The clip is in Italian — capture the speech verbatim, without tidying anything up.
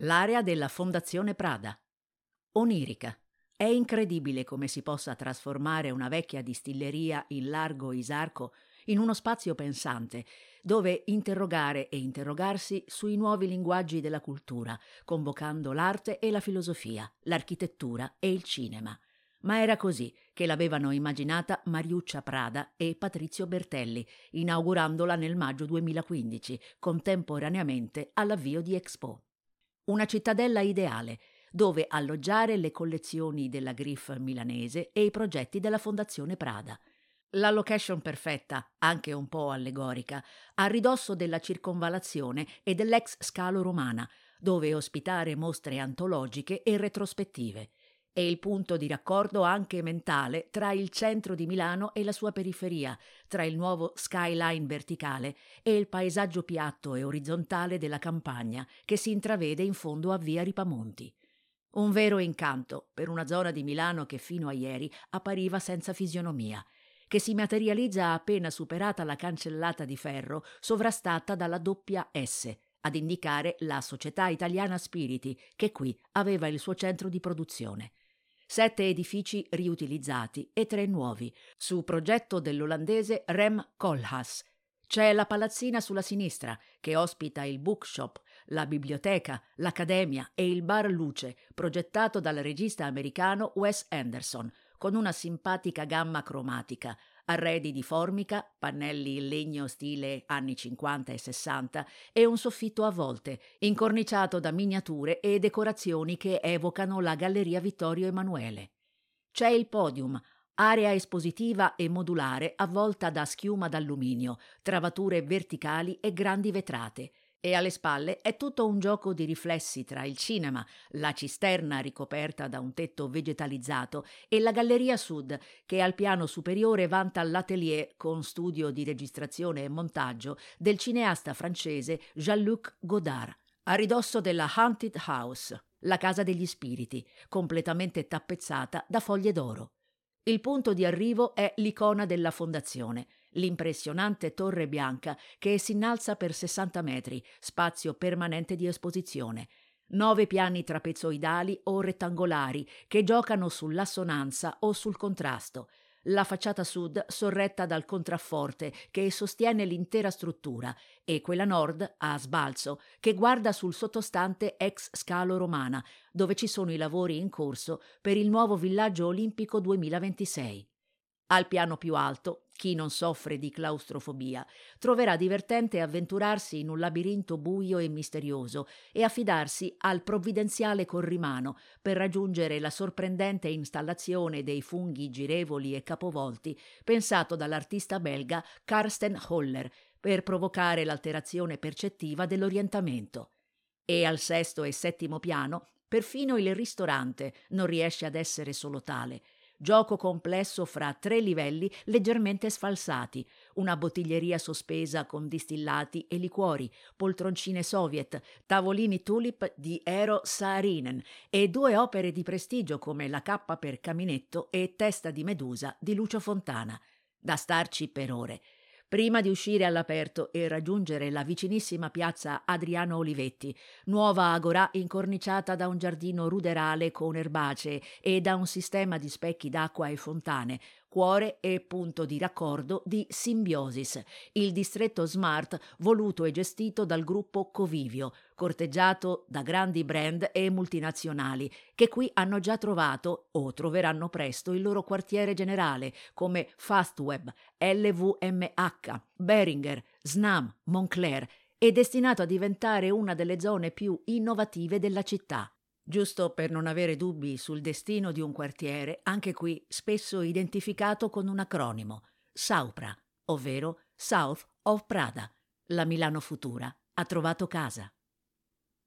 L'area della Fondazione Prada. Onirica. È incredibile come si possa trasformare una vecchia distilleria in largo Isarco in uno spazio pensante, dove interrogare e interrogarsi sui nuovi linguaggi della cultura, convocando l'arte e la filosofia, l'architettura e il cinema. Ma era così che l'avevano immaginata Mariuccia Prada e Patrizio Bertelli, inaugurandola nel maggio duemilaquindici, contemporaneamente all'avvio di Expo. Una cittadella ideale, dove alloggiare le collezioni della Griff milanese e i progetti della Fondazione Prada. La location perfetta, anche un po' allegorica, a ridosso della circonvallazione e dell'ex scalo romana, dove ospitare mostre antologiche e retrospettive. È il punto di raccordo anche mentale tra il centro di Milano e la sua periferia, tra il nuovo skyline verticale e il paesaggio piatto e orizzontale della campagna che si intravede in fondo a via Ripamonti. Un vero incanto per una zona di Milano che fino a ieri appariva senza fisionomia, che si materializza appena superata la cancellata di ferro sovrastata dalla doppia S, ad indicare la Società Italiana Spiriti, che qui aveva il suo centro di produzione. Sette edifici riutilizzati e tre nuovi, su progetto dell'olandese Rem Koolhaas. C'è la palazzina sulla sinistra, che ospita il bookshop, la biblioteca, l'accademia e il bar Luce, progettato dal regista americano Wes Anderson, con una simpatica gamma cromatica, arredi di formica, pannelli in legno stile anni cinquanta e sessanta e un soffitto a volte, incorniciato da miniature e decorazioni che evocano la Galleria Vittorio Emanuele. C'è il podium, area espositiva e modulare avvolta da schiuma d'alluminio, travature verticali e grandi vetrate. E alle spalle è tutto un gioco di riflessi tra il cinema, la cisterna ricoperta da un tetto vegetalizzato e la Galleria Sud, che al piano superiore vanta l'atelier con studio di registrazione e montaggio del cineasta francese Jean-Luc Godard, a ridosso della Haunted House, la casa degli spiriti, completamente tappezzata da foglie d'oro. Il punto di arrivo è l'icona della fondazione, l'impressionante torre bianca che si innalza per sessanta metri, spazio permanente di esposizione. Nove piani trapezoidali o rettangolari che giocano sull'assonanza o sul contrasto. La facciata sud sorretta dal contrafforte che sostiene l'intera struttura e quella nord a sbalzo che guarda sul sottostante ex scalo romana, dove ci sono i lavori in corso per il nuovo villaggio olimpico duemilaventisei. Al piano più alto, chi non soffre di claustrofobia troverà divertente avventurarsi in un labirinto buio e misterioso e affidarsi al provvidenziale corrimano per raggiungere la sorprendente installazione dei funghi girevoli e capovolti pensato dall'artista belga Karsten Holler per provocare l'alterazione percettiva dell'orientamento. E al sesto e settimo piano perfino il ristorante non riesce ad essere solo tale. Gioco complesso fra tre livelli leggermente sfalsati, una bottiglieria sospesa con distillati e liquori, poltroncine soviet, tavolini tulip di Eero Saarinen e due opere di prestigio come La cappa per caminetto e Testa di Medusa di Lucio Fontana. Da starci per ore. Prima di uscire all'aperto e raggiungere la vicinissima piazza Adriano Olivetti, nuova agorà incorniciata da un giardino ruderale con erbacee e da un sistema di specchi d'acqua e fontane, cuore e punto di raccordo di Symbiosis, il distretto smart voluto e gestito dal gruppo Covivio, corteggiato da grandi brand e multinazionali che qui hanno già trovato o troveranno presto il loro quartiere generale come Fastweb, L V M H, Behringer, Snam, Moncler, è destinato a diventare una delle zone più innovative della città. Giusto per non avere dubbi sul destino di un quartiere, anche qui spesso identificato con un acronimo, SAUPRA, ovvero South of Prada. La Milano futura ha trovato casa.